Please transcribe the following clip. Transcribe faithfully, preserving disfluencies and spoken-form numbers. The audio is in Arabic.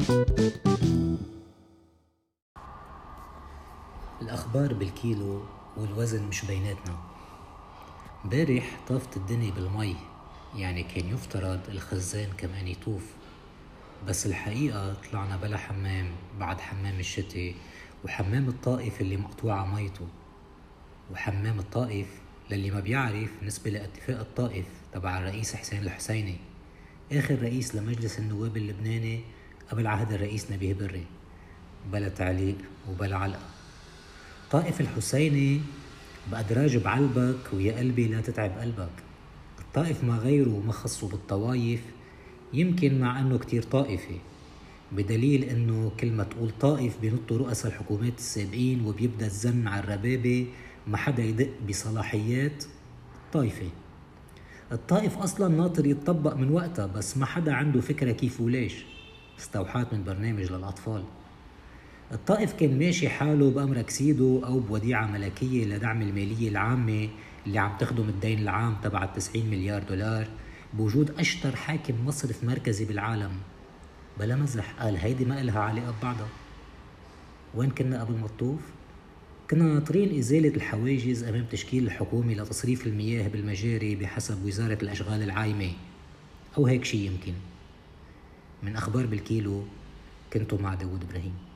الأخبار بالكيلو والوزن مش بيناتنا. امبارح طافت الدنيا بالمي، يعني كان يفترض الخزان كمان يطوف، بس الحقيقة طلعنا بلا حمام بعد حمام الشتي وحمام الطائف اللي مقطوعة ميته. وحمام الطائف للي ما بيعرف نسبة لاتفاق الطائف تبع الرئيس حسين الحسيني، آخر رئيس لمجلس النواب اللبناني قبل عهد الرئيس نبيه بري. بلا تعليق وبلا علقة. طائف الحسيني بأدراج بعلبك ويا قلبي لا تتعب قلبك. الطائف ما غيره وما خصه بالطوايف، يمكن مع أنه كتير طائفي، بدليل أنه كل ما تقول طائف بينطوا رؤساء الحكومات السابقين وبيبدأ الزن على الربابة، ما حدا يدق بصلاحيات طائفة. الطائف أصلا ناطر يتطبق من وقتها، بس ما حدا عنده فكرة كيف وليش، استوحات من برنامج للأطفال. الطائف كان ماشي حاله بأمرك سيدو أو بوديعة ملكية لدعم المالية العامة اللي عم تخدم الدين العام تبع التسعين مليار دولار بوجود أشطر حاكم مصرف مركزي بالعالم. بلا مزح، قال هيدي ما إلها علاقة ببعضها. وين كنا قبل ما تطوف؟ كنا ناطرين إزالة الحواجز أمام تشكيل الحكومة لتصريف المياه بالمجاري بحسب وزارة الأشغال العايمة، أو هيك شي يمكن. من أخبار بالكيلو، كنتوا مع داود إبراهيم.